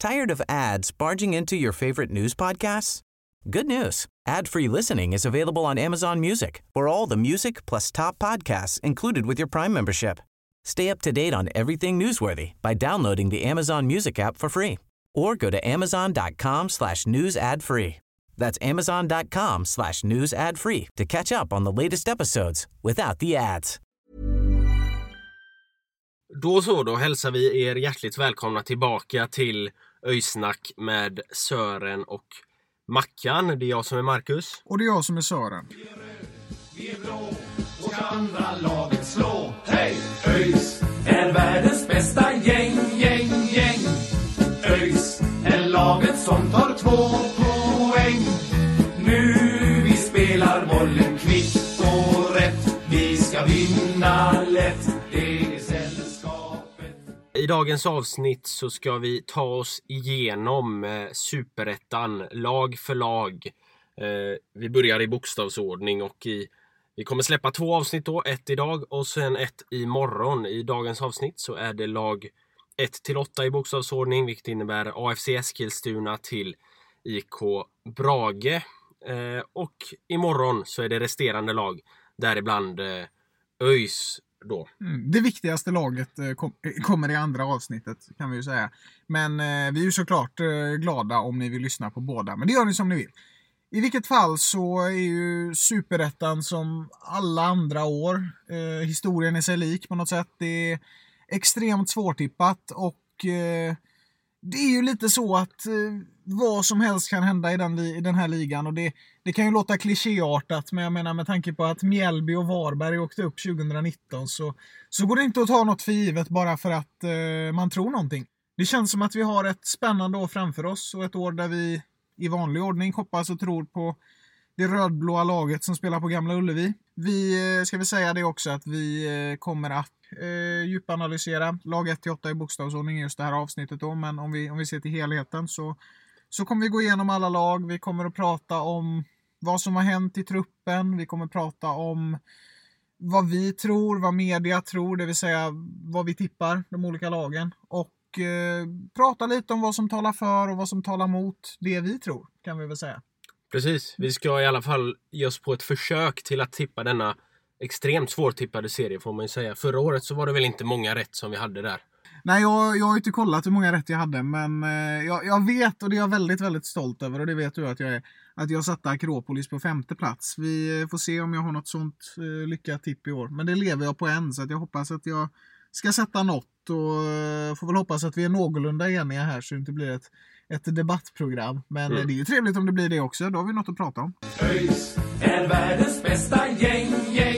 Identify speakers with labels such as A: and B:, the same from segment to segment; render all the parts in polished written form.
A: Tired of ads barging into your favorite news podcasts? Good news. Ad-free listening is available on Amazon Music for all the music plus top podcasts included with your Prime membership. Stay up to date on everything newsworthy by downloading the Amazon Music app for free or go to amazon.com/news ad free. That's amazon.com/news ad free to catch up on the latest episodes without the ads.
B: Då hälsar vi er hjärtligt välkomna tillbaka till Öjsnack med Sören och Mackan. Det är jag som är Marcus.
C: Och det är jag som är Sören.
D: Vi är blå och andra laget slå. Hej! ÖIS är världens bästa gäng. ÖIS är laget som tar 2 poäng. Nu vi spelar bollen kvitt och rätt. Vi ska vinna lätt. Det är sällskapet.
B: I dagens avsnitt så ska vi ta oss igenom Superettan lag för lag. Vi börjar i bokstavsordning och vi kommer släppa 2 avsnitt då, ett idag och sen ett imorgon. I dagens avsnitt så är det lag 1-8 i bokstavsordning, vilket innebär AFC Eskilstuna till IK Brage. Och imorgon så är det resterande lag, däribland ÖIS då.
C: Det viktigaste laget kommer i andra avsnittet kan vi ju säga. Men vi är ju såklart glada om ni vill lyssna på båda. Men det gör ni som ni vill. I vilket fall så är ju Superettan som alla andra år. Historien är sig lik på något sätt. Det är extremt svårtippat och det är ju lite så att vad som helst kan hända i den här ligan. Och det kan ju låta klichéartat, men jag menar med tanke på att Mjällby och Varberg åkte upp 2019 så går det inte att ta något för givet bara för att man tror någonting. Det känns som att vi har ett spännande år framför oss och ett år där vi i vanlig ordning hoppas och tror på det rödblåa laget som spelar på Gamla Ullevi. Vi ska väl säga det också att vi kommer att djupanalysera lag 1-8 i bokstavsordning i just det här avsnittet då, men om vi ser till helheten så kommer vi gå igenom alla lag. Vi kommer att prata om vad som har hänt i truppen. Vi kommer att prata om vad vi tror, vad media tror, det vill säga vad vi tippar de olika lagen. Och prata lite om vad som talar för och vad som talar mot det vi tror, kan vi väl säga.
B: Precis, vi ska i alla fall ge oss på ett försök till att tippa denna extremt svårtippade serie får man ju säga. Förra året så var det väl inte många rätt som vi hade där.
C: Nej, jag har inte kollat hur många rätt jag hade, men jag vet, och det är jag väldigt, väldigt stolt över, och det vet du att jag satte Akropolis på 5:e plats. Vi får se om jag har något sånt lyckat tipp i år, men det lever jag på än, så att jag hoppas att jag ska sätta något och får väl hoppas att vi är någorlunda eniga här så det inte blir ett debattprogram. Men det är ju trevligt om det blir det också, då har vi något att prata om.
D: ÖIS är världens bästa gäng.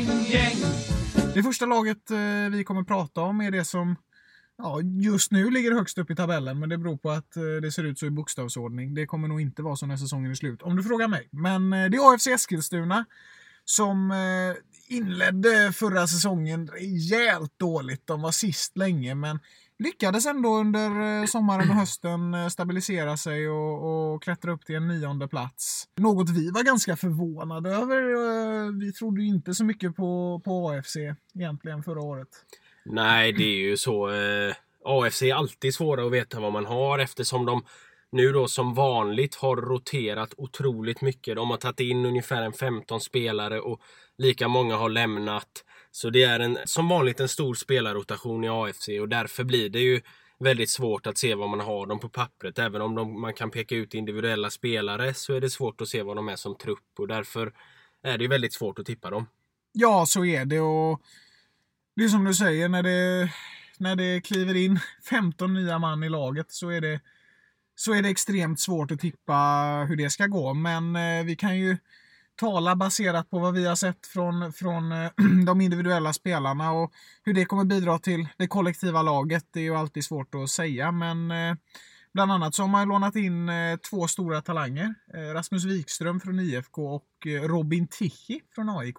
C: Det första laget vi kommer prata om är det som just nu ligger högst upp i tabellen, men det beror på att det ser ut så i bokstavsordning. Det kommer nog inte vara så när säsongen är slut, om du frågar mig. Men det är AFC Eskilstuna som inledde förra säsongen rejält dåligt. De var sist länge, men lyckades ändå under sommaren och hösten stabilisera sig och klättra upp till en 9:e plats. Något vi var ganska förvånade över. Vi trodde ju inte så mycket på AFC egentligen förra året.
B: Nej, det är ju så. AFC är alltid svåra att veta vad man har eftersom de nu då som vanligt har roterat otroligt mycket. De har tagit in ungefär 15 spelare och lika många har lämnat. Så det är som vanligt en stor spelarrotation i AFC och därför blir det ju väldigt svårt att se vad man har dem på pappret. Även om man kan peka ut individuella spelare så är det svårt att se vad de är som trupp och därför är det väldigt svårt att tippa dem. Ja,
C: så är det, och det är som du säger, när det kliver in 15 nya man i laget så är det extremt svårt att tippa hur det ska gå. Men vi kan ju tala baserat på vad vi har sett från de individuella spelarna och hur det kommer bidra till det kollektiva laget. Det är ju alltid svårt att säga, men bland annat så har man lånat in 2 stora talanger. Rasmus Wikström från IFK och Robin Tichy från AIK.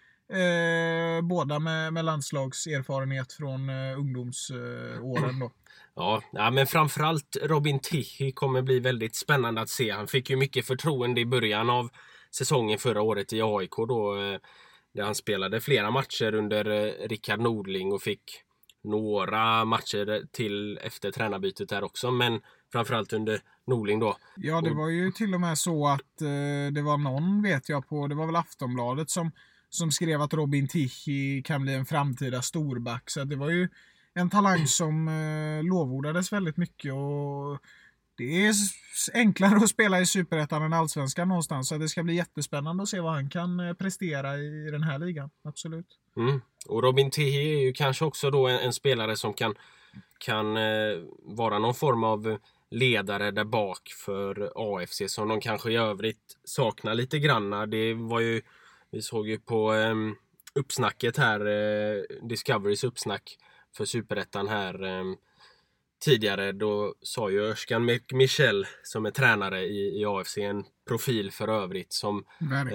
C: Båda med landslagserfarenhet från ungdomsåren då.
B: Ja, men framförallt Robin Tichy kommer bli väldigt spännande att se. Han fick ju mycket förtroende i början av säsongen förra året i AIK då, där han spelade flera matcher under Rickard Nordling och fick några matcher till efter tränarbytet där också, men framförallt under Norling då.
C: Ja, det var ju till och med så att det var någon, vet jag, det var väl Aftonbladet som skrev att Robin Tichy kan bli en framtida storback. Så det var ju en talang som lovordades väldigt mycket, och det är enklare att spela i Superettan än Allsvenskan någonstans. Så det ska bli jättespännande att se vad han kan prestera i den här ligan. Absolut.
B: Och Robin Tichy är ju kanske också då en spelare som kan vara någon form av ledare där bak för AFC, som de kanske i övrigt saknar lite granna. Det var ju, vi såg ju på uppsnacket här, Discoverys uppsnack för Superettan här tidigare, då sa ju Özcan Michel, som är tränare i AFC, en profil för övrigt som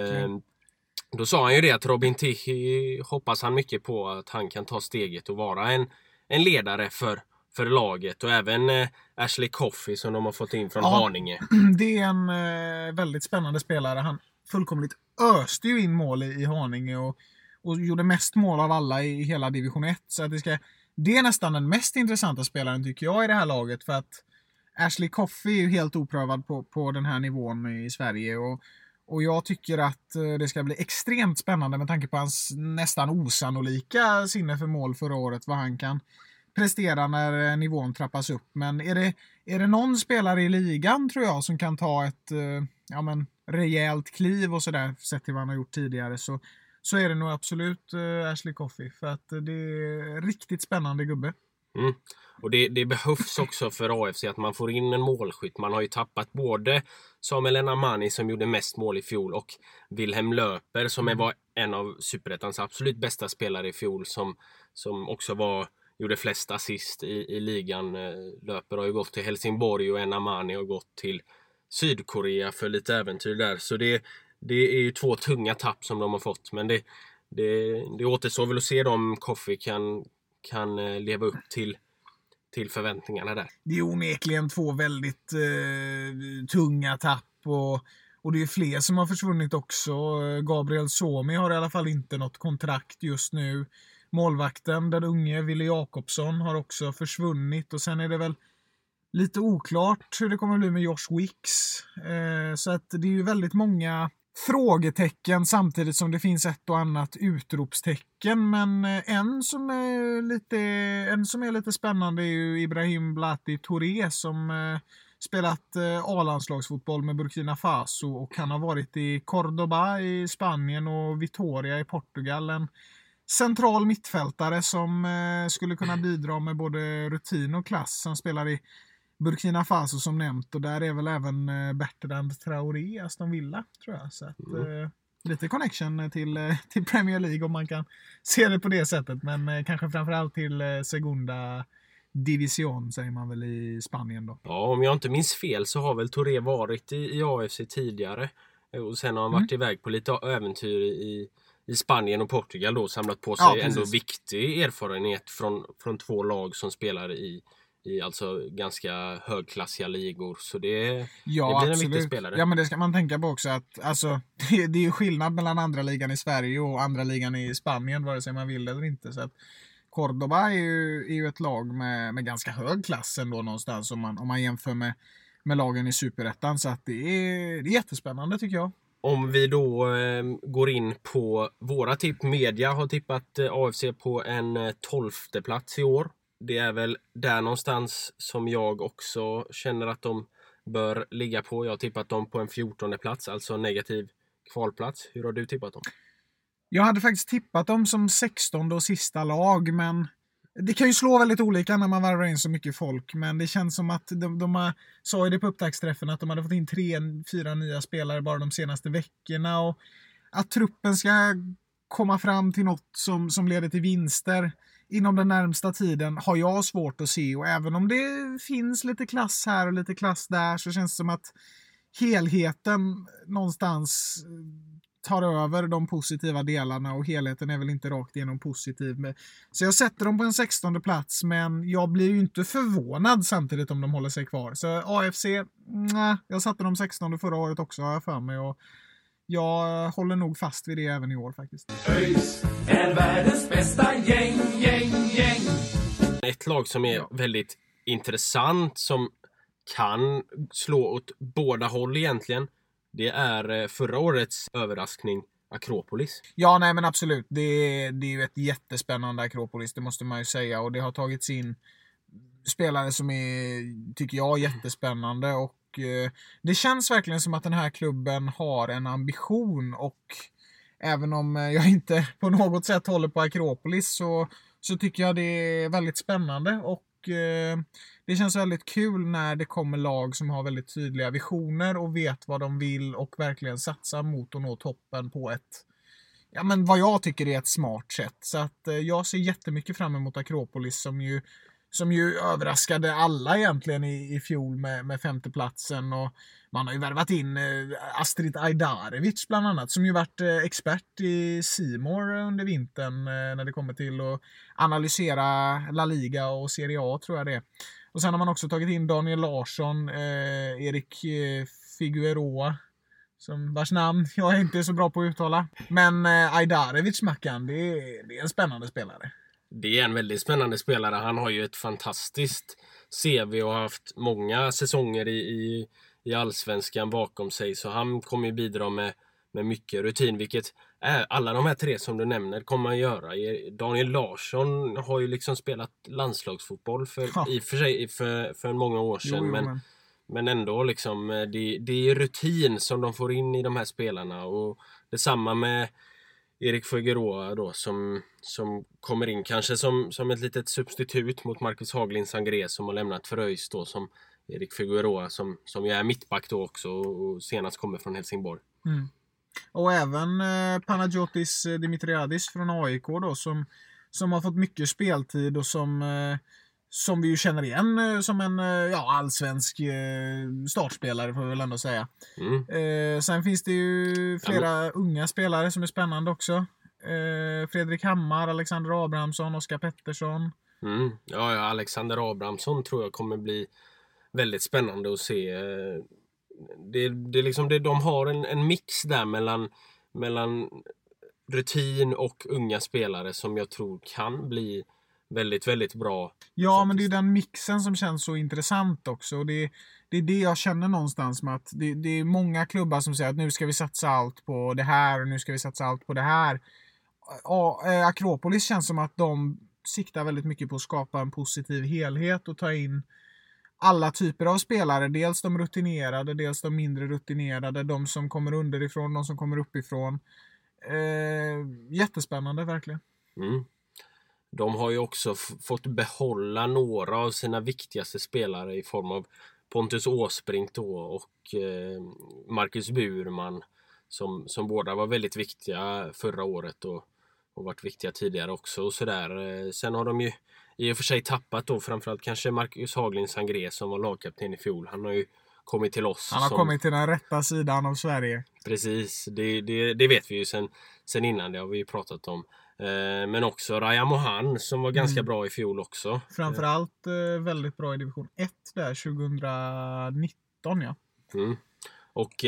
B: då sa han ju det, att Robin Tichy hoppas han mycket på att han kan ta steget och vara en ledare för laget, och även Ashley Coffey som de har fått in från Haninge.
C: Det är en väldigt spännande spelare. Han fullkomligt öste ju in mål i Haninge och gjorde mest mål av alla i hela division 1. Så att det är nästan den mest intressanta spelaren tycker jag i det här laget, för att Ashley Coffey är ju helt oprövad på den här nivån i Sverige, och jag tycker att det ska bli extremt spännande med tanke på hans nästan osannolika sinne för mål förra året, vad han kan prestera när nivån trappas upp. Men är det någon spelare i ligan, tror jag, som kan ta ett rejält kliv och sådär, sett till vad han har gjort tidigare, så är det nog absolut Ashley Coffey, för att det är riktigt spännande gubbe.
B: Och det behövs också för AFC att man får in en målskytt. Man har ju tappat både Samuel Enamani, som gjorde mest mål i fjol, och Wilhelm Löper, som var en av Superettans absolut bästa spelare i fjol, som också gjorde flest assist i ligan. Löper har ju gått till Helsingborg och Enamani har gått till Sydkorea för lite äventyr där. Så det är ju 2 tunga tapp som de har fått. Men det återstår väl att se om Coffey kan leva upp till förväntningarna där.
C: Det är onekligen 2 väldigt tunga tapp, och det är fler som har försvunnit också. Gabriel Suomi har i alla fall inte något kontrakt just nu. Målvakten, den unge Ville Jakobsson, har också försvunnit, och sen är det väl lite oklart hur det kommer att bli med Josh Wicks. Så att det är ju väldigt många frågetecken, samtidigt som det finns ett och annat utropstecken. Men en som är lite spännande är ju Ibrahim Blati Touré, som spelat A-landslagsfotboll med Burkina Faso, och han har varit i Cordoba i Spanien och Vitoria i Portugal. En central mittfältare som skulle kunna bidra med både rutin och klass. Han spelar i Burkina Faso som nämnt, och där är väl även Bertrand Traoré, Aston Villa, tror jag. Så att, lite connection till Premier League, om man kan se det på det sättet. Men kanske framförallt till Segunda Division, säger man väl i Spanien då.
B: Ja, om jag inte minns fel så har väl Touré varit i AFC tidigare. Och sen har han varit iväg på lite äventyr i Spanien och Portugal då, samlat på sig ändå viktig erfarenhet från 2 lag som spelar i alltså ganska högklassiga ligor. Så det blir en viktig spelare.
C: Ja, men det ska man tänka på också, att alltså, det är ju skillnad mellan andra ligan i Sverige och andra ligan i Spanien, vare sig man vill eller inte. Så att Cordoba är ju ett lag med ganska hög klass ändå någonstans, om man jämför med lagen i Superettan. Så att det är jättespännande tycker jag.
B: Om vi då går in på våra tipp. Media har tippat AFC på en 12:e plats i år. Det är väl där någonstans som jag också känner att de bör ligga på. Jag har tippat dem på en 14:e plats, alltså negativ kvalplats. Hur har du tippat dem?
C: Jag hade faktiskt tippat dem som 16:e och sista lag, men det kan ju slå väldigt olika när man varvar in så mycket folk. Men det känns som att de sa ju det på upptaktsträffen att de hade fått in 3-4 nya spelare bara de senaste veckorna, och att truppen ska komma fram till något som leder till vinster inom den närmsta tiden har jag svårt att se. Och även om det finns lite klass här och lite klass där, så känns det som att helheten någonstans tar över de positiva delarna, och helheten är väl inte rakt igenom positiv. Så jag sätter dem på en 16:e plats, men jag blir ju inte förvånad samtidigt om de håller sig kvar. Så AFC, jag satte dem 16:e förra året också, har jag för mig, och jag håller nog fast vid det även i år faktiskt.
D: ÖIS är världens bästa gäng.
B: Ett lag som är väldigt intressant, som kan slå åt båda håll egentligen, det är förra årets överraskning Akropolis.
C: Ja, nej men absolut. Det är ju ett jättespännande Akropolis, det måste man ju säga. Och det har tagits in spelare som är, tycker jag, jättespännande. Och det känns verkligen som att den här klubben har en ambition. Och även om jag inte på något sätt håller på Akropolis, så tycker jag det är väldigt spännande. Och det känns väldigt kul när det kommer lag som har väldigt tydliga visioner och vet vad de vill och verkligen satsar mot att nå toppen på ett, ja men vad jag tycker är ett smart sätt. Så att jag ser jättemycket fram emot Akropolis som ju överraskade alla egentligen i fjol med femteplatsen. Och man har ju värvat in Astrid Ajdarevic bland annat, som ju varit expert i C More under vintern när det kommer till att analysera La Liga och Serie A, tror jag det är. Och sen har man också tagit in Daniel Larsson, Erik Figueroa, vars namn jag är inte så bra på att uttala. Men Ajdarevic, Mackan, det är en spännande spelare.
B: Det är en väldigt spännande spelare. Han har ju ett fantastiskt CV och har haft många säsonger i allsvenskan bakom sig. Så han kommer ju bidra med mycket rutin, vilket alla de här tre som du nämner kommer man göra. Daniel Larsson har ju liksom spelat landslagsfotboll i och för sig för många år sedan. Men ändå liksom, det är rutin som de får in i de här spelarna. Och detsamma med Erik Figueroa då, som kommer in kanske som ett litet substitut mot Marcus Haglind Sangré, som har lämnat för ÖIS då, som Erik Figueroa som ju är mittback då också och senast kommer från Helsingborg.
C: Mm. Och även Panagiotis Dimitriadis från AIK då, som har fått mycket speltid och som vi ju känner igen som en allsvensk startspelare, får vi väl ändå säga. Sen finns det ju flera unga spelare som är spännande också. Fredrik Hammar, Alexander Abrahamsson, Oskar Pettersson.
B: Ja, Alexander Abrahamsson tror jag kommer bli väldigt spännande att se. De har en mix där mellan rutin och unga spelare som jag tror kan bli väldigt, väldigt bra.
C: Ja, faktiskt. Men det är den mixen som känns så intressant också. Och det är det jag känner någonstans med att det är många klubbar som säger att nu ska vi satsa allt på det här och nu ska vi satsa allt på det här. Akropolis känns som att de siktar väldigt mycket på att skapa en positiv helhet och ta in alla typer av spelare. Dels de rutinerade, dels de mindre rutinerade, de som kommer underifrån, de som kommer uppifrån. Jättespännande, verkligen.
B: De har ju också fått behålla några av sina viktigaste spelare i form av Pontus Åsbrink då och Marcus Burman som båda var väldigt viktiga förra året och varit viktiga tidigare också och sådär. Sen har de ju i och för sig tappat då framförallt kanske Marcus Haglind Sangré som var lagkapten i fjol. Han har ju kommit till oss.
C: Han har kommit till den rätta sidan av Sverige.
B: Precis, det vet vi ju sen innan, det har vi ju pratat om. Men också Raya Mohan som var ganska bra i fjol också.
C: Framförallt väldigt bra i division 1 där 2019, ja.
B: Och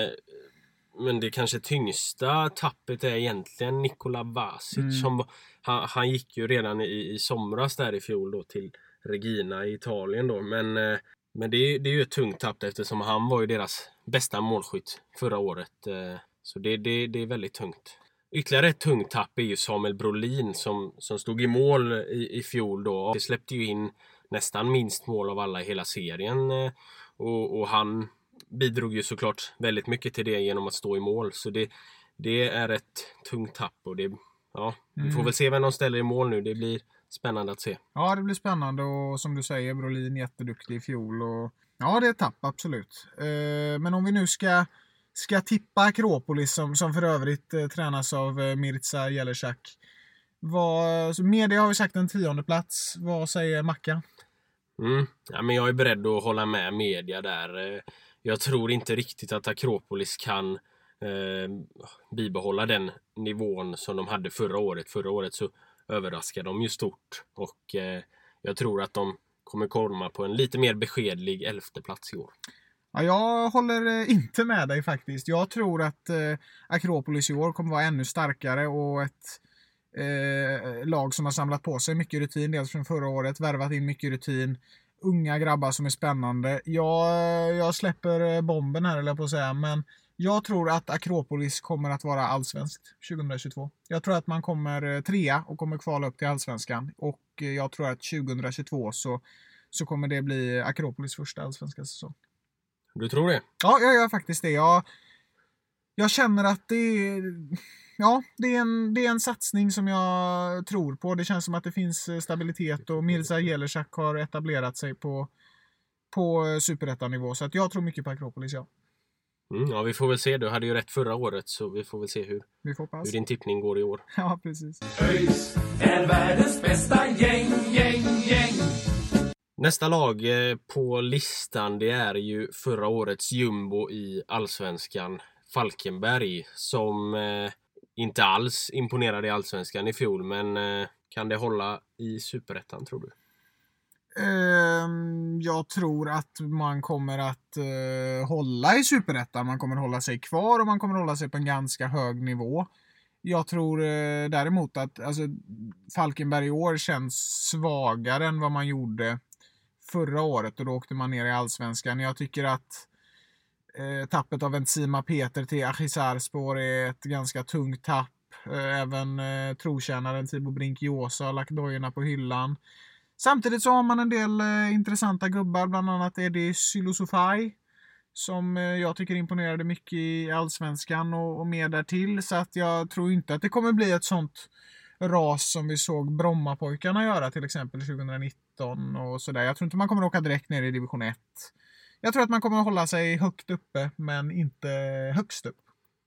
B: men det kanske tyngsta tappet är egentligen Nikola Vasic som han gick ju redan i somras där i fjol då till Regina i Italien då, men det är ju ett tungt tapp eftersom han var ju deras bästa målskytt förra året, så det är väldigt tungt. Ytterligare ett tungt tapp är ju Samuel Brolin som stod i mål i fjol då. Det släppte ju in nästan minst mål av alla i hela serien och han bidrog ju såklart väldigt mycket till det genom att stå i mål. Så det är ett tungt tapp och vi får väl se vem de ställer i mål nu. Det blir spännande att se. Ja, det blir spännande och som du säger, Brolin jätteduktig i fjol. Och ja, det är ett tapp, absolut. Men om vi nu ska tippa Akropolis som för övrigt tränas av Mirza Jeleshak. Media har ju sagt en 10:e plats. Vad säger Macka? Ja, men jag är beredd att hålla med media där. Jag tror inte riktigt att Akropolis kan bibehålla den nivån som de hade förra året. Förra året så överraskade de ju stort och jag tror att de kommer komma på en lite mer beskedlig 11:e plats i år. Ja, jag håller inte med dig faktiskt. Jag tror att Akropolis i år kommer vara ännu starkare och
C: lag som har samlat på sig mycket rutin, dels från förra året, värvat in mycket rutin, unga grabbar som är spännande. Jag släpper bomben här, eller på att säga, men jag tror att Akropolis kommer att vara allsvenskt 2022. Jag tror att man kommer 3 och kommer kvala upp till allsvenskan, och jag tror att 2022 så kommer det bli Akropolis första allsvenska säsong.
B: Du tror det?
C: Ja, jag gör faktiskt det. Jag känner att det är en satsning som jag tror på. Det känns som att det finns stabilitet, och Mirza Jeleshak har etablerat sig på superettanivå. Så att jag tror mycket på Akropolis, ja.
B: Ja, vi får väl se. Du hade ju rätt förra året, så vi får väl se hur din tippning går i år.
C: Ja, precis.
D: ÖIS är världens bästa gäng.
B: Nästa lag på listan, det är ju förra årets jumbo i allsvenskan, Falkenberg, som inte alls imponerade i allsvenskan i fjol, men kan det hålla i superettan, tror du?
C: Jag tror att man kommer att hålla i superettan. Man kommer hålla sig kvar, och man kommer hålla sig på en ganska hög nivå. Jag tror däremot att Falkenberg i år känns svagare än vad man gjorde förra året, och då åkte man ner i allsvenskan. Jag tycker att tappet av Enzima Peter till Akhisarspor är ett ganska tungt tapp. Även trotjänaren Thibaut Brink-Josa har lagt dojorna på hyllan. Samtidigt så har man en del intressanta gubbar, bland annat Eddie Sylosofaj, som jag tycker imponerade mycket i allsvenskan och mer därtill. Så att jag tror inte att det kommer bli ett sånt ras som vi såg Brommapojkarna göra till exempel 2019 och sådär. Jag tror inte man kommer åka direkt ner i division 1. Jag tror att man kommer hålla sig högt uppe, men inte högst upp.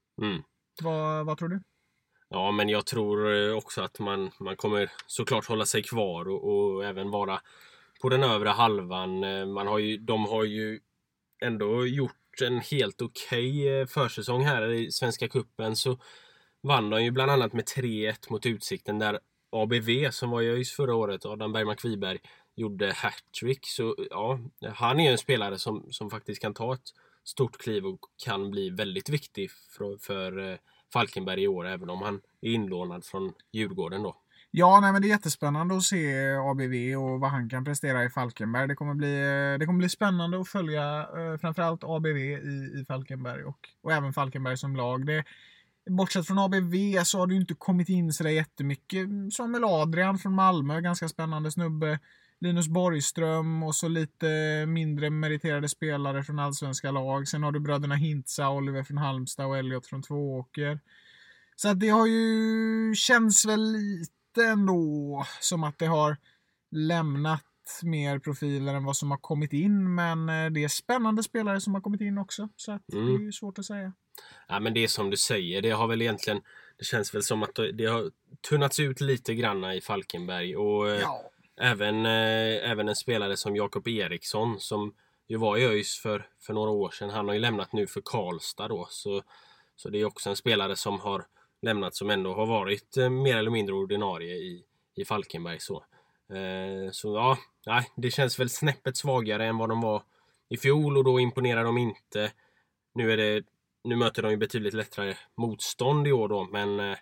C: Vad tror du? Ja,
B: men jag tror också att man kommer såklart hålla sig kvar och även vara på den övre halvan. De har ju ändå gjort en helt okej försäsong här i Svenska cupen, så vann de ju bland annat med 3-1 mot Utsikten, där ABV, som var ju förra året, Adam Bergman Kviberg, gjorde hattrick. Så ja, han är ju en spelare som faktiskt kan ta ett stort kliv och kan bli väldigt viktig för Falkenberg i år, även om han är inlånad från Djurgården då.
C: Ja, men det är jättespännande att se ABV och vad han kan prestera i Falkenberg. Det kommer bli spännande att följa framförallt ABV i Falkenberg och även Falkenberg som lag. Bortsett från ABV så har det ju inte kommit in så där jättemycket. Samuel Adrian från Malmö, ganska spännande snubbe. Linus Borgström och så lite mindre meriterade spelare från allsvenska lag. Sen har du bröderna Hintsa, Oliver från Halmstad och Elliot från Tvååker. Så att det har ju känns väl lite ändå som att det har lämnat mer profiler än vad som har kommit in. Men det är spännande spelare som har kommit in också. Så att det är ju svårt att säga.
B: Ja, men det är som du säger. Det har väl egentligen, det känns väl som att det har tunnats ut lite granna i Falkenberg. Och även en spelare som Jakob Eriksson, som ju var i ÖIS för några år sedan. Han har ju lämnat nu för Karlstad då. Så det är också en spelare som har lämnat, som ändå har varit mer eller mindre ordinarie i Falkenberg. Så ja, det känns väl snäppet svagare än vad de var i fjol, och då imponerar de inte. Nu möter de ju betydligt lättare motstånd i år då, men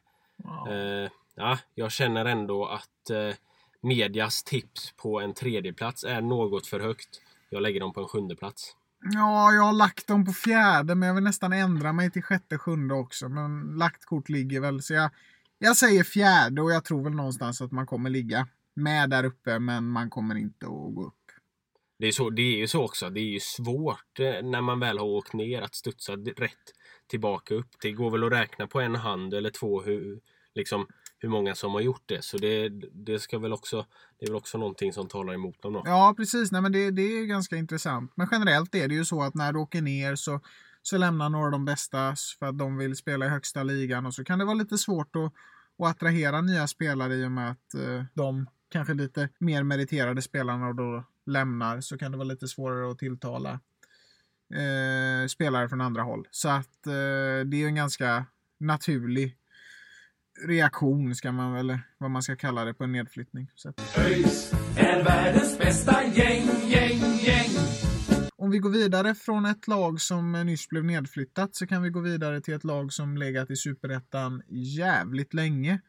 B: jag känner ändå att medias tips på en 3:e plats är något för högt. Jag lägger dem på en 7:e plats.
C: Ja, jag har lagt dem på 4:e, men jag vill nästan ändra mig till 6:e, 7:e också. Men lagt kort ligger väl, så jag säger 4:e, och jag tror väl någonstans att man kommer ligga med där uppe, men man kommer inte att gå upp.
B: Det är ju så också. Det är ju svårt när man väl har åkt ner att studsa rätt tillbaka upp. Det går väl att räkna på en hand eller två hur många som har gjort det. Så det ska väl också, det är väl också någonting som talar emot dem då.
C: Ja, precis. Nej, men det är ganska intressant. Men generellt är det ju så att när du åker ner så lämnar några av de bästa för att de vill spela i högsta ligan. Och så kan det vara lite svårt att attrahera nya spelare i och med att de kanske lite mer meriterade spelarna då lämnar, så kan det vara lite svårare att tilltala spelare från andra håll. Så att det är en ganska naturlig reaktion, ska man väl, vad man ska kalla det, på en nedflyttning.
D: ÖIS är världens bästa gäng.
C: Om vi går vidare från ett lag som nyss blev nedflyttat, så kan vi gå vidare till ett lag som legat i superettan jävligt länge.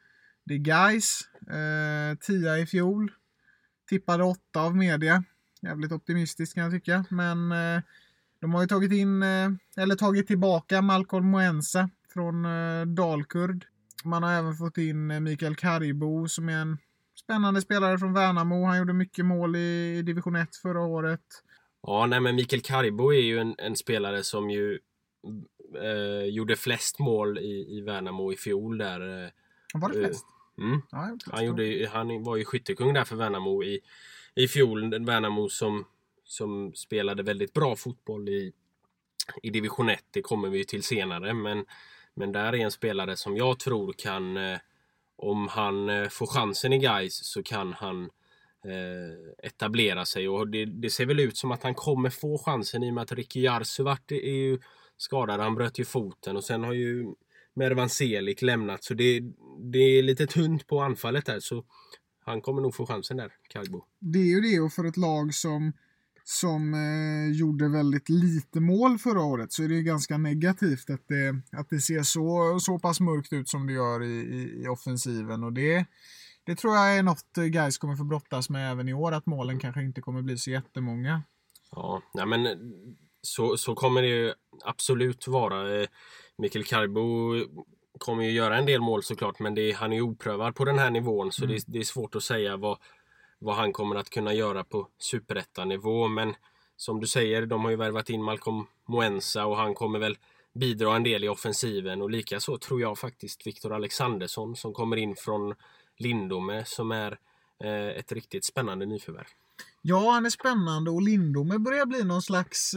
C: Det är Gais, 10 i fjol. Tippade 8 av media. Jävligt optimistiskt kan jag tycka. Men de har ju tagit tillbaka Malcolm Moensa från Dalkurd. Man har även fått in Mikael Karibo som är en spännande spelare från Värnamo. Han gjorde mycket mål i division 1 förra året.
B: Ja, nej, men Mikael Karibo är ju en spelare som ju gjorde flest mål i Värnamo i fjol där.
C: Var det flest?
B: Ja, han var ju skyttekung där för Värnamo i fjol. Värnamo som spelade väldigt bra fotboll i division 1. Det kommer vi till senare, men där är en spelare som jag tror kan, om han får chansen i Gais, så kan han etablera sig, och det ser väl ut som att han kommer få chansen i och med att Ricky Jarsuvart är ju skadad. Han bröt ju foten, och sen har ju Mervan Selik lämnat, så det är lite tunt på anfallet där, så han kommer nog få chansen där, Karibo. Det
C: är ju det, och för ett lag som gjorde väldigt lite mål förra året, så är det ju ganska negativt att det ser så pass mörkt ut som det gör i offensiven, och det tror jag är något Gais kommer få brottas med även i år, att målen kanske inte kommer bli så jättemånga.
B: Ja, nej, men så kommer det ju absolut vara. Mikael Karibo kommer ju göra en del mål såklart, men han är ju oprövad på den här nivån, så det är svårt att säga vad han kommer att kunna göra på superettanivå. Men som du säger, de har ju värvat in Malcolm Moensa, och han kommer väl bidra en del i offensiven, och likaså tror jag faktiskt Victor Alexandersson som kommer in från Lindome, som är ett riktigt spännande nyförvärv.
C: Ja, han är spännande, och Lindome börjar bli någon slags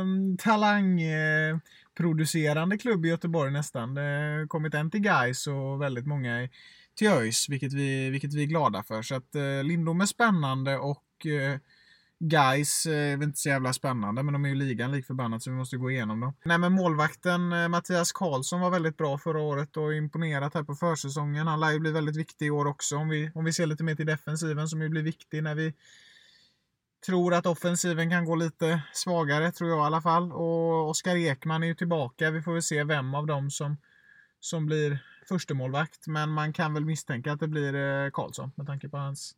C: talangproducerande klubb i Göteborg nästan. Det har kommit en till Gais och väldigt många till ÖIS, vilket vi är glada för. Så att Lindome är spännande, och Gais är inte så jävla spännande, men de är ju ligan lik förbannat, så vi måste gå igenom dem. Nej, men målvakten Mattias Karlsson var väldigt bra förra året och imponerat här på försäsongen. Han lär ju bli väldigt viktig i år också, om vi ser lite mer till defensiven, som ju blir viktig när vi tror att offensiven kan gå lite svagare, tror jag i alla fall. Och Oskar Ekman är ju tillbaka. Vi får väl se vem av dem som blir första målvakt, men man kan väl misstänka att det blir Karlsson med tanke på hans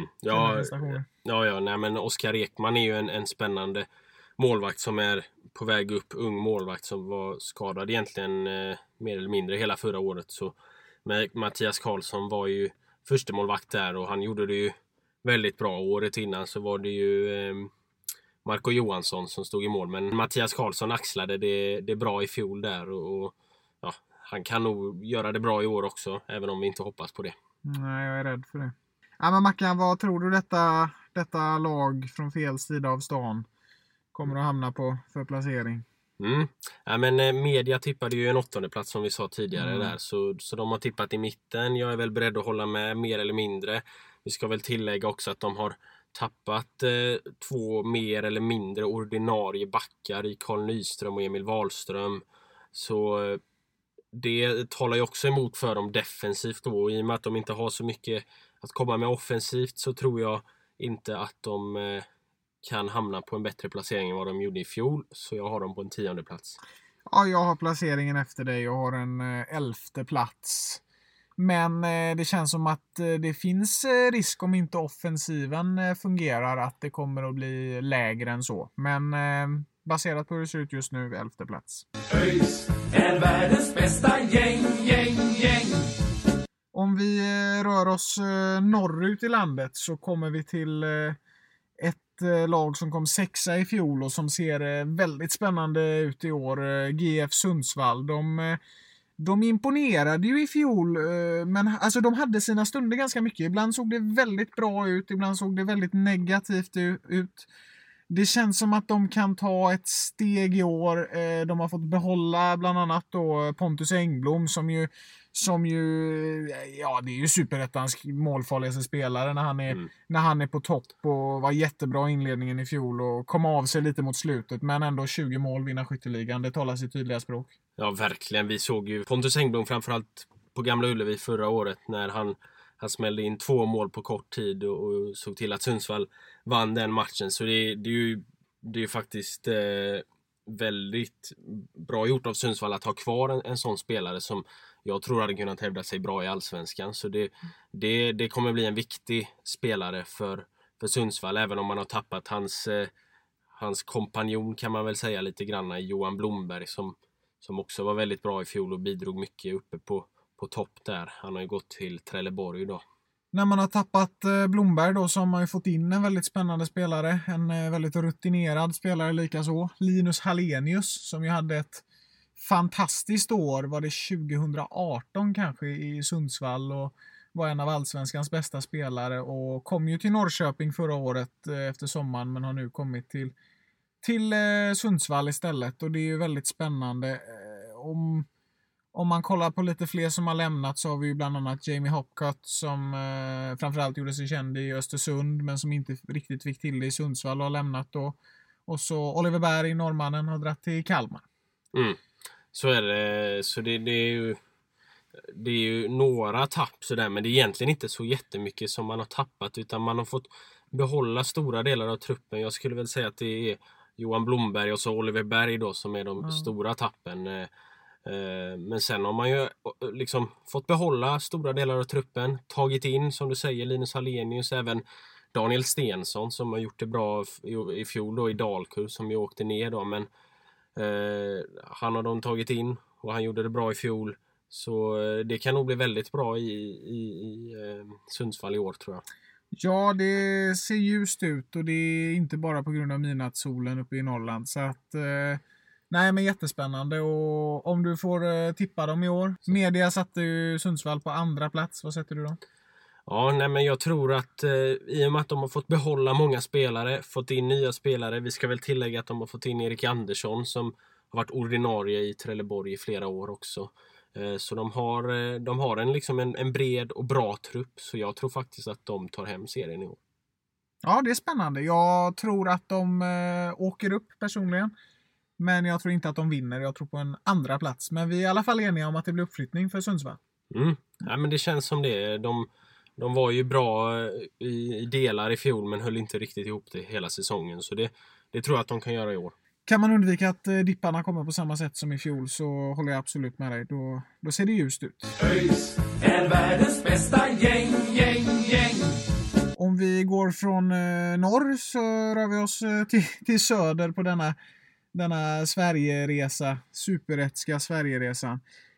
B: nej, men Oskar Ekman är ju en spännande målvakt som är på väg upp, ung målvakt som var skadad egentligen mer eller mindre hela förra året. Så Mattias Karlsson var ju första målvakt där, och han gjorde det ju väldigt bra. Året innan så var det ju Marco Johansson som stod i mål, men Mattias Karlsson axlade det bra i fjol där, och ja, han kan nog göra det bra i år också, även om vi inte hoppas på det.
C: Nej, jag är rädd för det. Ja, men Mackan, vad tror du detta lag från fel sida av stan kommer att hamna på för placering?
B: Ja, men media tippade ju en 8:e plats som vi sa tidigare där, så de har tippat i mitten. Jag är väl beredd att hålla med mer eller mindre. Vi ska väl tillägga också att de har tappat 2 mer eller mindre ordinarie backar i Carl Nyström och Emil Wahlström. Så det talar ju också emot för dem defensivt då. I och med att de inte har så mycket att komma med offensivt, så tror jag inte att de kan hamna på en bättre placering än vad de gjorde i fjol. Så jag har dem på en 10:e plats.
C: Ja, jag har placeringen efter dig. Jag har en 11:e plats. Men det känns som att det finns risk, om inte offensiven fungerar, att det kommer att bli lägre än så. Men baserat på hur det ser ut just nu, 11:e plats.
D: ÖIS är världens bästa gäng.
C: Om vi rör oss norrut i landet, så kommer vi till ett lag som kom 6:a i fjol och som ser väldigt spännande ut i år. GF Sundsvall. De imponerade ju i fjol, men alltså de hade sina stunder ganska mycket. Ibland såg det väldigt bra ut, ibland såg det väldigt negativt ut. Det känns som att de kan ta ett steg i år. De har fått behålla bland annat då Pontus Engblom som ju ja, det är ju superettans målfarligaste spelare när han är på topp, och var jättebra i inledningen i fjol och kom av sig lite mot slutet, men ändå 20 mål, vinna skytteligan. Det talar sitt tydliga språk.
B: Ja, verkligen. Vi såg ju Pontus Engblom framförallt på Gamla Ullevi förra året när han smällde in 2 mål på kort tid och såg till att Sundsvall vann den matchen. Så det är ju faktiskt väldigt bra gjort av Sundsvall att ha kvar en sån spelare som jag tror hade kunnat hävda sig bra i Allsvenskan. Så det kommer bli en viktig spelare för Sundsvall, även om man har tappat hans kompanjon kan man väl säga lite grann, i Johan Blomberg som också var väldigt bra i fjol och bidrog mycket uppe på topp där. Han har ju gått till Trelleborg idag.
C: När man har tappat Blomberg då, så har man ju fått in en väldigt spännande spelare. En väldigt rutinerad spelare likaså. Linus Hallenius, som ju hade ett fantastiskt år. Var det 2018 kanske i Sundsvall och var en av Allsvenskans bästa spelare. Och kom ju till Norrköping förra året efter sommaren, men har nu kommit till Sundsvall istället. Och det är ju väldigt spännande. Om man kollar på lite fler som har lämnat, så har vi ju bland annat Jamie Hopcott som framförallt gjorde sig känd i Östersund, men som inte riktigt fick till det i Sundsvall och har lämnat då. Och så Oliver Berg, norrmannen, har dratt till Kalmar.
B: Så är det. Så det är ju några tapp sådär, men det är egentligen inte så jättemycket som man har tappat, utan man har fått behålla stora delar av truppen. Jag skulle väl säga att det är Johan Blomberg och så Oliver Berg då som är de stora tappen. Men sen har man ju liksom fått behålla stora delar av truppen, tagit in, som du säger, Linus Hallenius, även Daniel Stensson som har gjort det bra i fjol då i Dalkurd, som ju åkte ner då, men han har de tagit in och han gjorde det bra i fjol, så det kan nog bli väldigt bra i Sundsvall i år, tror jag. Ja, det ser ljust ut, och det är inte bara på grund av midnattssolen uppe i Norrland, så att nej, men jättespännande. Och om du får tippa dem i år. Media satte ju Sundsvall på andra plats. Vad sätter du då? Ja, nej, men jag tror att i och med att de har fått behålla många spelare, fått in nya spelare. Vi ska väl tillägga att de har fått in Erik Andersson som har varit ordinarie i Trelleborg i flera år också. Så de har en bred och bra trupp. Så jag tror faktiskt att de tar hem serien i år. Ja, det är spännande. Jag tror att de åker upp personligen. Men jag tror inte att de vinner. Jag tror på en andra plats. Men vi är i alla fall eniga om att det blir uppflyttning för Sundsvall. Ja, men det känns som det. De var ju bra i delar i fjol, men höll inte riktigt ihop det hela säsongen. Så det tror jag att de kan göra i år. Kan man undvika att dipparna kommer på samma sätt som i fjol, så håller jag absolut med dig. Då ser det ljust ut. ÖIS är världens bästa gäng. Om vi går från norr så rör vi oss till söder på denna Sverigeresa, superetska Sverigeresan.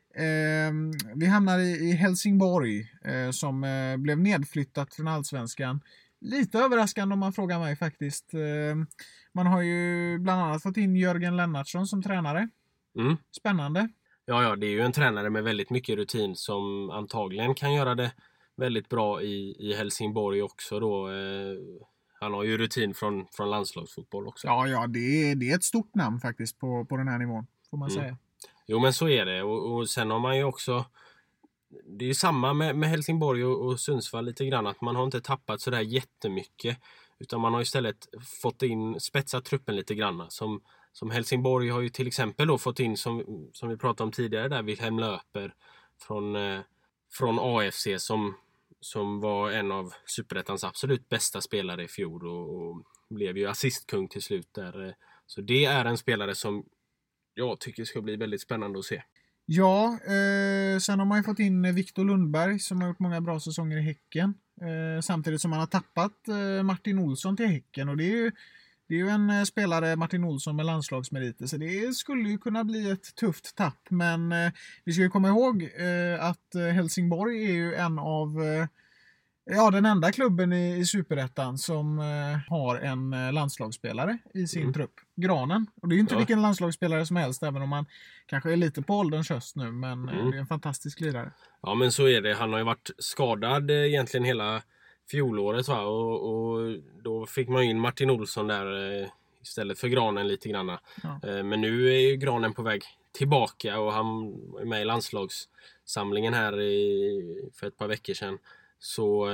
B: Vi hamnar i Helsingborg som blev nedflyttat från Allsvenskan. Lite överraskande om man frågar mig faktiskt. Man har ju bland annat fått in Jörgen Lennartsson som tränare. Spännande. Ja, det är ju en tränare med väldigt mycket rutin som antagligen kan göra det väldigt bra i Helsingborg också då. Han har ju rutin från landslagsfotboll också. Ja, det är ett stort namn faktiskt på den här nivån, får man säga. Jo, men så är det. Och sen har man ju också... Det är ju samma med Helsingborg och Sundsvall lite grann, att man har inte tappat sådär jättemycket. Utan man har istället fått spetsat truppen lite grann. Som Helsingborg har ju till exempel då fått in, som vi pratade om tidigare där, Wilhelm Löper från AFC som var en av Superettans absolut bästa spelare i fjol och blev ju assistkung till slut där. Så det är en spelare som jag tycker ska bli väldigt spännande att se. Ja, sen har man ju fått in Viktor Lundberg som har gjort många bra säsonger i Häcken. Samtidigt som man har tappat Martin Olsson till Häcken, och det är ju en spelare, Martin Olsson, med landslagsmeriter, så det skulle ju kunna bli ett tufft tapp. Men vi ska ju komma ihåg att Helsingborg är ju en av den enda klubben i Superettan som har en landslagsspelare i sin trupp, Granen. Och det är ju inte vilken landslagsspelare som helst, även om man kanske är lite på ålderns höst nu, men det är en fantastisk lirare. Ja, men så är det. Han har ju varit skadad egentligen hela fjolåret, va? Och då fick man in Martin Olsson där istället för Granen lite grann. Ja. Men nu är ju Granen på väg tillbaka och han var med i landslagssamlingen här för ett par veckor sedan. Så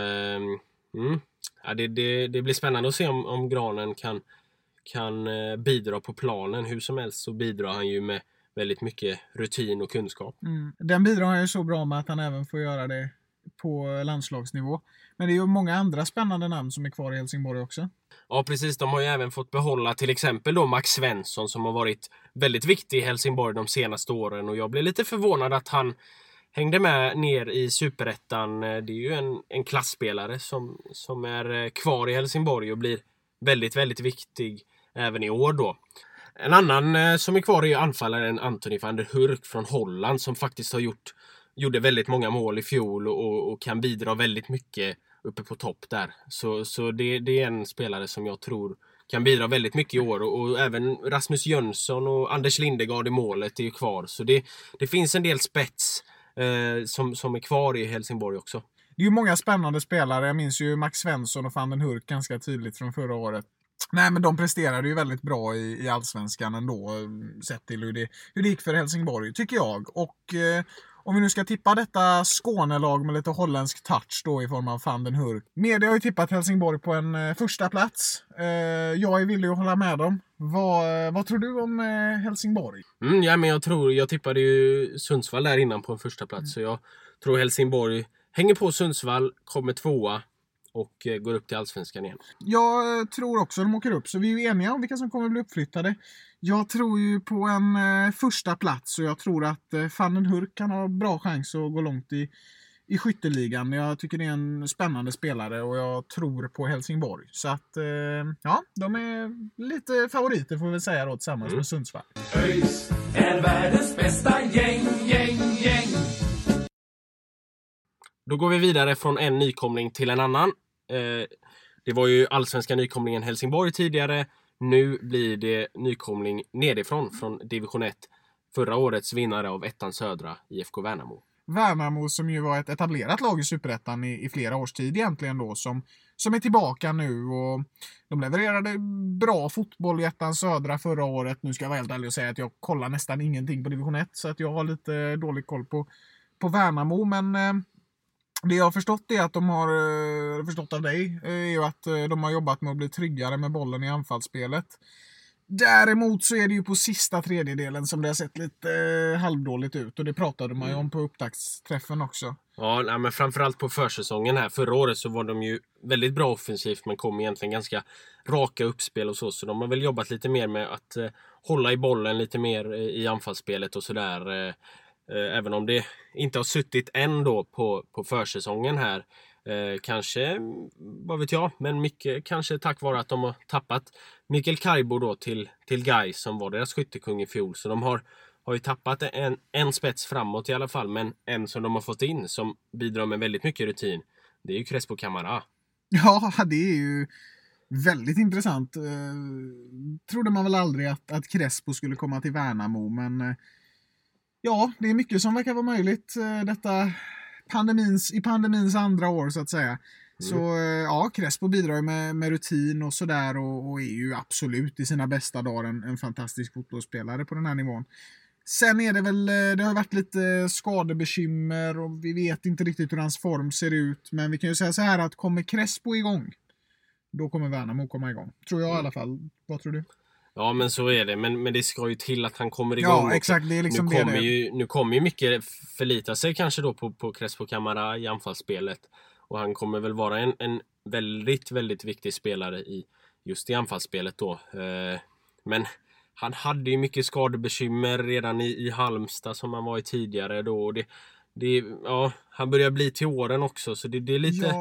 B: det blir spännande att se om Granen kan bidra på planen. Hur som helst så bidrar han ju med väldigt mycket rutin och kunskap. Den bidrar han ju så bra med att han även får göra det
C: på landslagsnivå. Men det är ju många andra spännande namn som är kvar i Helsingborg också.
B: Ja, precis. De har ju även fått behålla till exempel då Max Svensson som har varit väldigt viktig i Helsingborg de senaste åren. Och jag blev lite förvånad att han hängde med ner i Superettan. Det är ju en klassspelare som är kvar i Helsingborg och blir väldigt, väldigt viktig även i år då. En annan som är kvar är ju anfallaren Anthony van der Hurk från Holland som faktiskt gjorde väldigt många mål i fjol och kan bidra väldigt mycket uppe på topp där. Så det är en spelare som jag tror kan bidra väldigt mycket i år. Och även Rasmus Jönsson och Anders Lindegard i målet är ju kvar. Så det finns en del spets som är kvar i Helsingborg också.
C: Det är ju många spännande spelare. Jag minns ju Max Svensson och van den Hurk ganska tydligt från förra året. Nej, men de presterade ju väldigt bra i Allsvenskan ändå, sett till hur det gick för Helsingborg, tycker jag. Och om vi nu ska tippa detta Skånelag med lite holländsk touch då i form av van den Hurk. Media har ju tippat Helsingborg på en första plats. Jag är villig att hålla med dem. Vad tror du om Helsingborg?
B: Ja, men jag tippade ju Sundsvall där innan på en första plats. Så jag tror Helsingborg hänger på Sundsvall, kommer tvåa och går upp till Allsvenskan igen.
C: Jag tror också de åker upp, så vi är ju eniga om vilka som kommer bli uppflyttade. Jag tror ju på en första plats, och jag tror att van den Hurk kan ha bra chans att gå långt i skytteligan. Jag tycker det är en spännande spelare och jag tror på Helsingborg. Så att, ja, de är lite favoriter får vi väl säga då, tillsammans med Sundsvall.
D: ÖIS är världens bästa gäng.
B: Då går vi vidare från en nykomling till en annan. Det var ju allsvenska nykomlingen Helsingborg tidigare. Nu blir det nykomling nedifrån från division 1. Förra årets vinnare av ettan södra, IFK Värnamo.
C: Värnamo som ju var ett etablerat lag i Superettan i flera års tid egentligen då, som är tillbaka nu, och de levererade bra fotboll i ettan södra förra året. Nu ska jag vara helt ärlig och säga att jag kollar nästan ingenting på division 1, så att jag har lite dålig koll på Värnamo, men det jag har förstått är att de har förstått av dig är ju att de har jobbat med att bli tryggare med bollen i anfallsspelet. Däremot så är det ju på sista tredjedelen som det har sett lite halvdåligt ut, och det pratade man ju om på upptaktsträffen också.
B: Ja, men framförallt på försäsongen här. Förra året så var de ju väldigt bra offensivt, men kom egentligen ganska raka uppspel och så de har väl jobbat lite mer med att hålla i bollen lite mer i anfallsspelet och sådär. Även om det inte har suttit än då på försäsongen här. Kanske, vad vet jag, men mycket kanske tack vare att de har tappat Mikael Kaibo då till Gais som var deras skyttekung i fjol. Så de har ju tappat en spets framåt i alla fall, men en som de har fått in som bidrar med väldigt mycket rutin. Det är ju Crespo Camara.
C: Ja, det är ju väldigt intressant. Trodde man väl aldrig att Crespo skulle komma till Värnamo, men ja, det är mycket som verkar vara möjligt detta i pandemins andra år så att säga. Så ja, Crespo bidrar ju med rutin och sådär, och är ju absolut i sina bästa dagar en fantastisk fotbollsspelare på den här nivån. Sen är det väl, det har varit lite skadebekymmer och vi vet inte riktigt hur hans form ser ut, men vi kan ju säga så här att kommer Crespo igång, då kommer Värnamo komma igång. Tror jag i alla fall. Vad tror du?
B: Ja, men så är det. Men det ska ju till att han kommer igång.
C: Ja, exakt. Det är liksom
B: nu kommer ju mycket förlita sig kanske då på Crespo Camara i anfallsspelet. Och han kommer väl vara en väldigt, väldigt viktig spelare just i anfallsspelet då. Men han hade ju mycket skadebekymmer redan i Halmstad som han var i tidigare då. Ja, han börjar bli till åren också, så det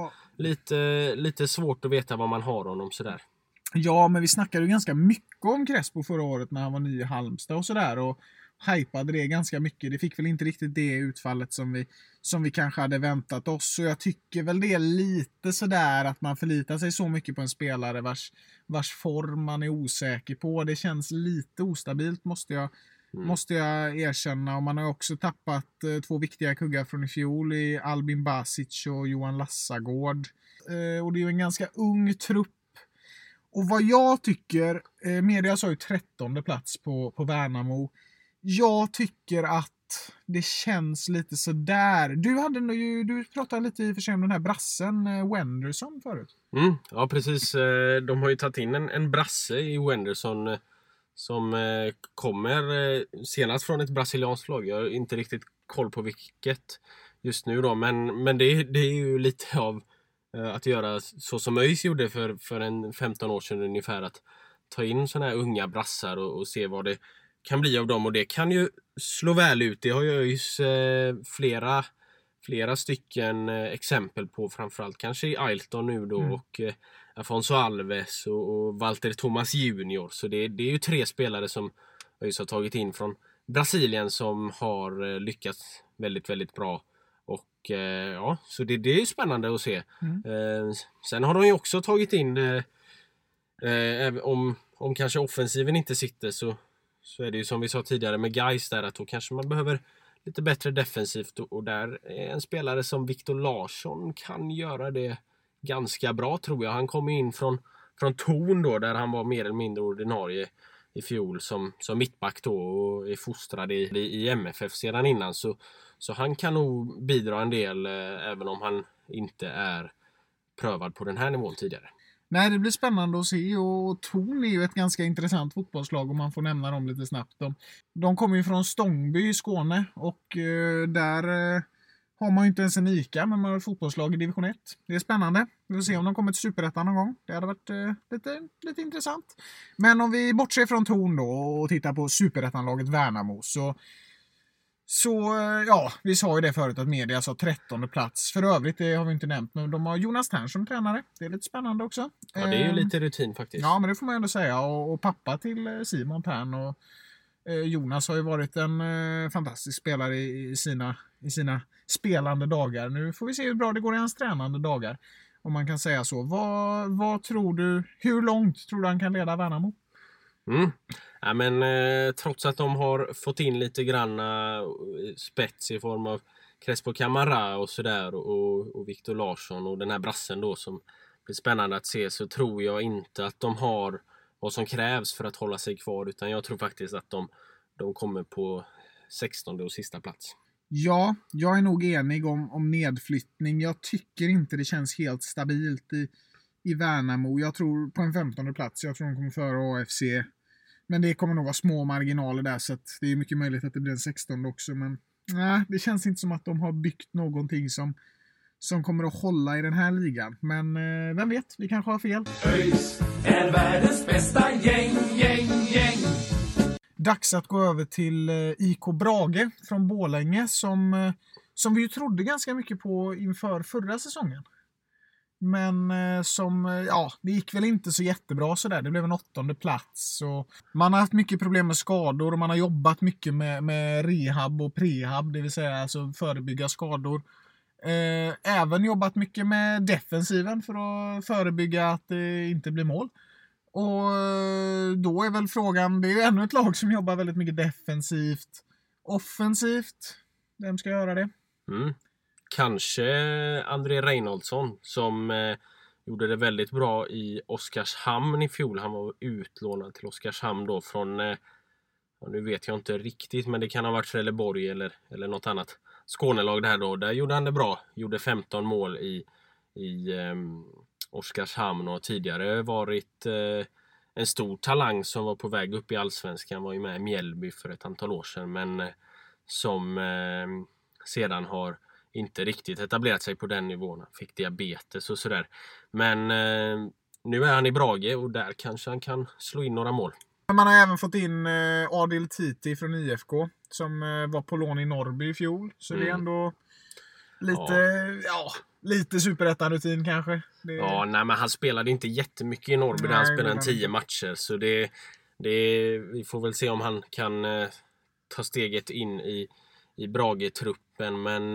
B: är lite svårt att veta vad man har honom sådär.
C: Ja, men vi snackade ju ganska mycket om Crespo förra året när han var ny i Halmstad och sådär, och hypade det ganska mycket. Det fick väl inte riktigt det utfallet som vi kanske hade väntat oss, så jag tycker väl det är lite sådär att man förlitar sig så mycket på en spelare vars form man är osäker på. Det känns lite ostabilt måste jag erkänna, och man har också tappat två viktiga kuggar från i fjol i Albin Basic och Johan Lassagård, och det är ju en ganska ung trupp. Och vad jag tycker, media sa ju 13:e plats på Värnamo. Jag tycker att det känns lite sådär. Du pratade lite i och för sig om den här brassen Wenderson förut.
B: Ja, precis. De har ju tagit in en brasse i Wenderson som kommer senast från ett brasilianskt lag. Jag har inte riktigt koll på vilket just nu då. Men det är ju lite av att göra så som ÖIS gjorde för en 15 år sedan ungefär, att ta in såna här unga brassar och se vad det kan bli av dem, och det kan ju slå väl ut. Det har ju ÖIS flera stycken exempel på, framförallt kanske i Ailton nu då och Afonso Alves och Walter Thomas Junior. Så det är ju 3 spelare som ÖIS har tagit in från Brasilien som har lyckats väldigt, väldigt bra. Och ja, så det är ju spännande att se. Sen har de ju också tagit in om kanske offensiven inte sitter, så är det ju som vi sa tidigare med Gais där, att då kanske man behöver lite bättre defensivt, och där är en spelare som Victor Larsson kan göra det ganska bra, tror jag. Han kom in från Torn då, där han var mer eller mindre ordinarie i fjol som mittback då, och är fostrad i MFF sedan innan, så han kan nog bidra en del även om han inte är prövad på den här nivån tidigare.
C: Nej, det blir spännande att se, och Torn är ju ett ganska intressant fotbollslag om man får nämna dem lite snabbt. De kommer ju från Stångby i Skåne, och där har man ju inte ens en ICA, men man har ett fotbollslag i division 1. Det är spännande. Vi får se om de kommer till Superettan någon gång. Det hade varit lite intressant. Men om vi bortser från Torn då och tittar på Superettanlaget Värnamo, så ja, vi sa ju det förut att media sa 13:e plats. För övrigt, det har vi inte nämnt, men de har Jonas Tern som tränare. Det är lite spännande också.
B: Ja, det är ju lite rutin faktiskt.
C: Ja, men det får man ändå säga. Och pappa till Simon Tern och Jonas har ju varit en fantastisk spelare i sina spelande dagar. Nu får vi se hur bra det går i hans tränande dagar, om man kan säga så. Vad tror du, hur långt tror du han kan leda Värnamo?
B: Ja, men trots att de har fått in lite granna spets i form av Crespo Camara och sådär, och Victor Larsson och den här brassen då som blir spännande att se, så tror jag inte att de har vad som krävs för att hålla sig kvar, utan jag tror faktiskt att de kommer på 16:e och sista plats.
C: Ja, jag är nog enig om nedflyttning. Jag tycker inte det känns helt stabilt i Värnamo. Jag tror på en 15:e plats. Jag tror de kommer före AFC. Men det kommer nog vara små marginaler där, så att det är mycket möjligt att det blir en 16:e också. Men nej, det känns inte som att de har byggt någonting som kommer att hålla i den här ligan. Men vem vet, vi kanske har fel.
D: ÖIS är världens bästa gäng.
C: Dags att gå över till IK Brage från Borlänge som vi ju trodde ganska mycket på inför förra säsongen. Men det gick väl inte så jättebra sådär. Det blev en 8:e plats. Och man har haft mycket problem med skador och man har jobbat mycket med rehab och prehab, det vill säga alltså förebygga skador. Även jobbat mycket med defensiven för att förebygga att det inte blir mål. Och då är väl frågan, det är ju ännu ett lag som jobbar väldigt mycket defensivt. Offensivt, vem ska göra det?
B: Kanske André Reinholdsson som gjorde det väldigt bra i Oskarshamn i fjol. Han var utlånad till Oskarshamn då från, nu vet jag inte riktigt, men det kan ha varit Trelleborg eller något annat Skånelag där då. Där gjorde han det bra, gjorde 15 mål i Oskarshamn, och tidigare varit en stor talang som var på väg upp i Allsvenskan. Var ju med i Mjällby för ett antal år sedan, men som sedan har inte riktigt etablerat sig på den nivån. Fick diabetes och sådär. Men nu är han i Brage och där kanske han kan slå in några mål.
C: Man har även fått in Adil Titi från IFK som var på lån i Norrby i fjol. Så det är ändå lite superettan-rutin kanske.
B: Ja, nej, men han spelade inte jättemycket i Norrby där han spelade 10 matcher. Så vi får väl se om han kan ta steget in i Brage-truppen. Men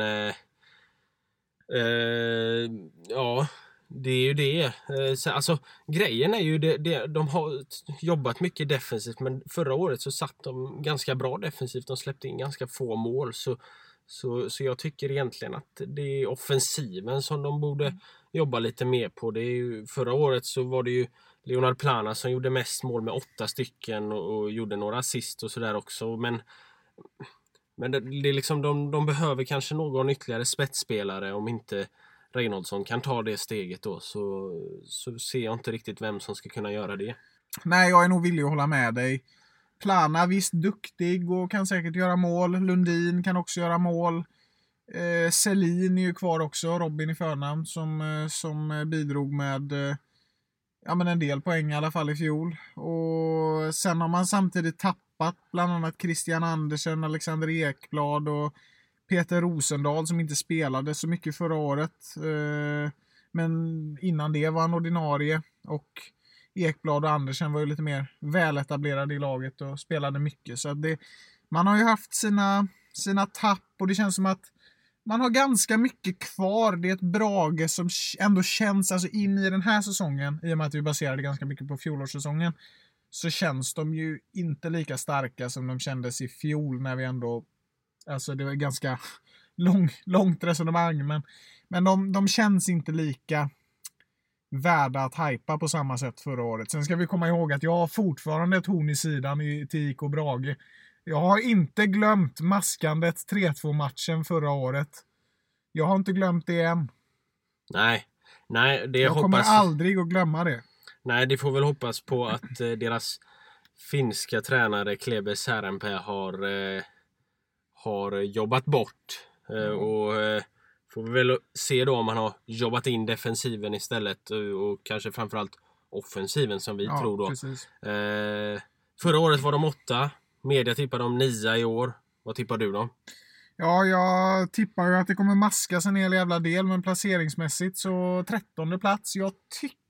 B: det är ju det. Alltså, grejen är ju de har jobbat mycket defensivt, men förra året så satt de ganska bra defensivt. De släppte in ganska få mål, så jag tycker egentligen att det är offensiven som de borde jobba lite mer på. Det är ju, förra året så var det ju Leonard Plana som gjorde mest mål med 8 stycken och gjorde några assist och sådär också, men det är liksom de behöver kanske någon ytterligare spetsspelare. Om inte Reinholdsson kan ta det steget då, så ser jag inte riktigt vem som ska kunna göra det.
C: Nej, jag är nog villig att hålla med dig. Plana, visst duktig och kan säkert göra mål. Lundin kan också göra mål. Selin är ju kvar också, Robin i förnamn, som bidrog med en del poäng i alla fall i fjol. Och sen har man samtidigt tappat bland annat Christian Andersen, Alexander Ekblad och Peter Rosendal som inte spelade så mycket förra året. Men innan det var han ordinarie, och Ekblad och Andersen var ju lite mer väletablerade i laget och spelade mycket. Så att man har ju haft sina tapp, och det känns som att man har ganska mycket kvar. Det är ett Brage som ändå känns, alltså in i den här säsongen, i och med att vi baserade ganska mycket på fjolårssäsongen, så känns de ju inte lika starka som de kändes i fjol, när vi ändå, alltså det var ganska långt resonemang, men de känns inte lika värda att hypa på samma sätt förra året. Sen ska vi komma ihåg att jag har fortfarande ett horn i sidan till IK Brage. Jag har inte glömt maskandet 3-2-matchen förra året. Jag har inte glömt det än.
B: Nej,
C: jag kommer aldrig att glömma det.
B: Nej, det får väl hoppas på att deras finska tränare Klebe Särenpää har jobbat bort. Och får vi väl se då om han har jobbat in defensiven istället, och kanske framförallt offensiven som vi tror då. Förra året var de 8. Media tippar de 9 i år. Vad tippar du då?
C: Ja, jag tippar ju att det kommer maskas en hel jävla del, men placeringsmässigt så 13:e plats. Jag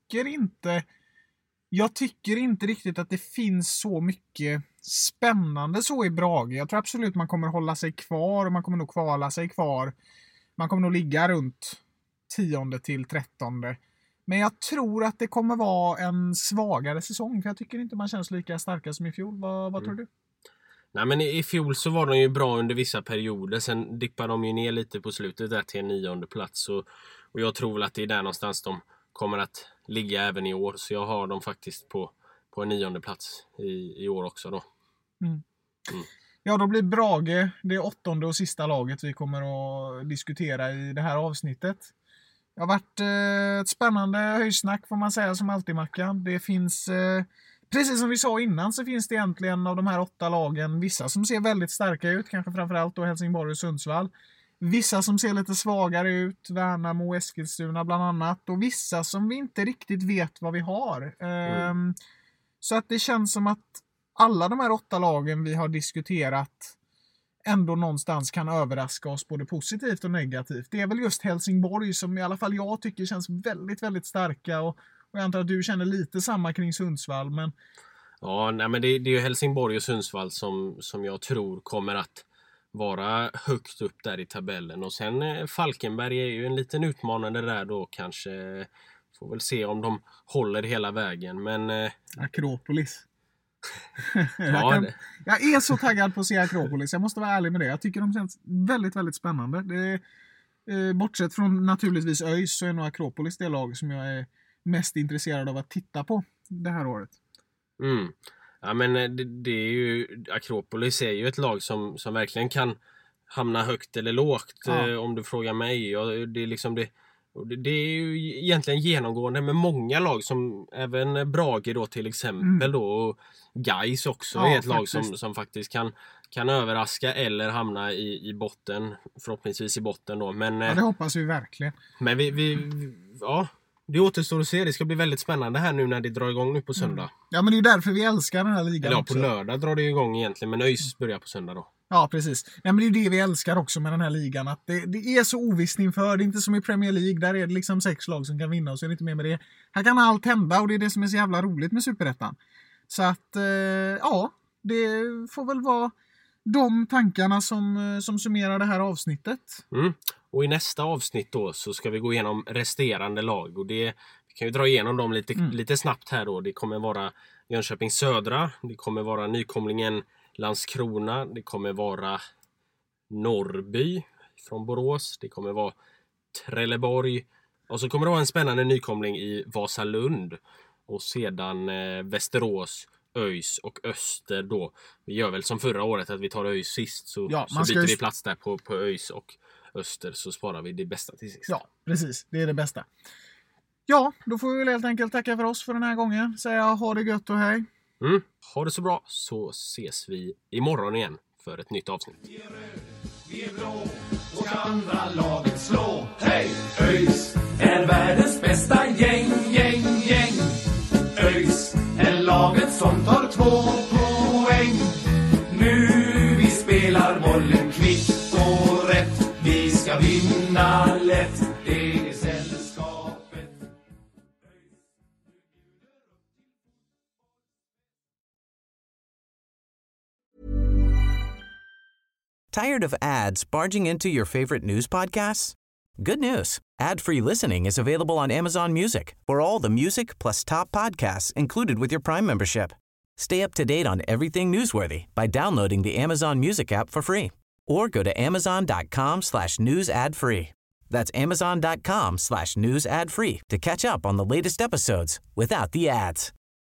C: tycker inte riktigt att det finns så mycket spännande så i Brage. Jag tror absolut man kommer hålla sig kvar, och man kommer nog kvala sig kvar. Man kommer nog ligga runt 10:e till 13:e. Men jag tror att det kommer vara en svagare säsong, för jag tycker inte man känns lika starka som i fjol. Vad tror du?
B: Nej, men i fjol så var de ju bra under vissa perioder. Sen dippade de ju ner lite på slutet där till en 9:e plats. Och jag tror väl att det är där någonstans de kommer att ligga även i år. Så jag har dem faktiskt på en 9:e plats i år också då.
C: Ja, då blir Brage det 8:e och sista laget vi kommer att diskutera i det här avsnittet. Det har varit ett spännande höjsnack får man säga, som alltid, Mackan. Det finns, precis som vi sa innan, så finns det egentligen av de här 8 lagen vissa som ser väldigt starka ut, kanske framförallt då Helsingborg och Sundsvall. Vissa som ser lite svagare ut, Värnamo och Eskilstuna bland annat, och vissa som vi inte riktigt vet vad vi har. Så att det känns som att alla de här 8 lagen vi har diskuterat ändå någonstans kan överraska oss både positivt och negativt. Det är väl just Helsingborg som i alla fall jag tycker känns väldigt, väldigt starka, och jag antar att du känner lite samma kring Sundsvall. Men...
B: Ja, nej, men det är ju Helsingborg och Sundsvall som jag tror kommer att vara högt upp där i tabellen. Och sen Falkenberg är ju en liten utmanande där då, kanske. Får väl se om de håller hela vägen. Men
C: Akropolis.
B: Jag
C: är så taggad på att se Akropolis. Jag måste vara ärlig med det. Jag tycker de känns väldigt, väldigt spännande. Bortsett från naturligtvis ÖIS, så är nog Akropolis det lag som jag är mest intresserad av att titta på det här året.
B: Ja, men det är ju, Akropolis är ju ett lag som verkligen kan hamna högt eller lågt, om du frågar mig. Det är liksom det är ju egentligen genomgående med många lag, som även Brage då till exempel då, och Gais också är ett lag som faktiskt kan överraska eller hamna i botten, förhoppningsvis i botten då. Men
C: det hoppas vi verkligen.
B: Men det återstår att se. Det ska bli väldigt spännande här nu när det drar igång nu på söndag.
C: Ja, men det är därför vi älskar den här ligan.
B: Eller på lördag drar det igång egentligen, men ÖIS börjar på söndag då.
C: Ja, precis. Nej, men det är det vi älskar också med den här ligan. Att det är så ovisst inför. Det är inte som i Premier League. Där är det liksom 6 lag som kan vinna, och så är det inte mer med det. Här kan allt hända, och det är det som är så jävla roligt med Superettan. Så att, det får väl vara de tankarna som summerar det här avsnittet.
B: Och i nästa avsnitt då så ska vi gå igenom resterande lag. Och vi kan ju dra igenom dem lite snabbt här då. Det kommer vara Jönköping Södra. Det kommer vara nykomlingen Landskrona. Det kommer vara Norrby från Borås. Det kommer vara Trelleborg. Och så kommer det vara en spännande nykomling i Vasalund. Och sedan Västerås, ÖIS och Öster då. Vi gör väl som förra året att vi tar ÖIS sist. Så byter vi plats där på ÖIS och Öster, så sparar vi det bästa till sist.
C: Ja, precis. Det är det bästa. Ja, då får vi väl helt enkelt tacka för oss för den här gången. Säga ha det gött och hej.
B: Ha det så bra, så ses vi imorgon igen för ett nytt avsnitt.
D: Vi är blå så ska andra laget slå. Hej! ÖIS är världens bästa gäng. ÖIS är laget som tar 2 poäng. Nu vi spelar bollen kvitt och rätt. Vi ska vinna lätt. Det är sällskapet.
A: Tired of ads barging into your favorite news podcasts? Good news. Ad-free listening is available on Amazon Music for all the music plus top podcasts included with your Prime membership. Stay up to date on everything newsworthy by downloading the Amazon Music app for free or go to amazon.com/news ad free. That's amazon.com/news ad free to catch up on the latest episodes without the ads.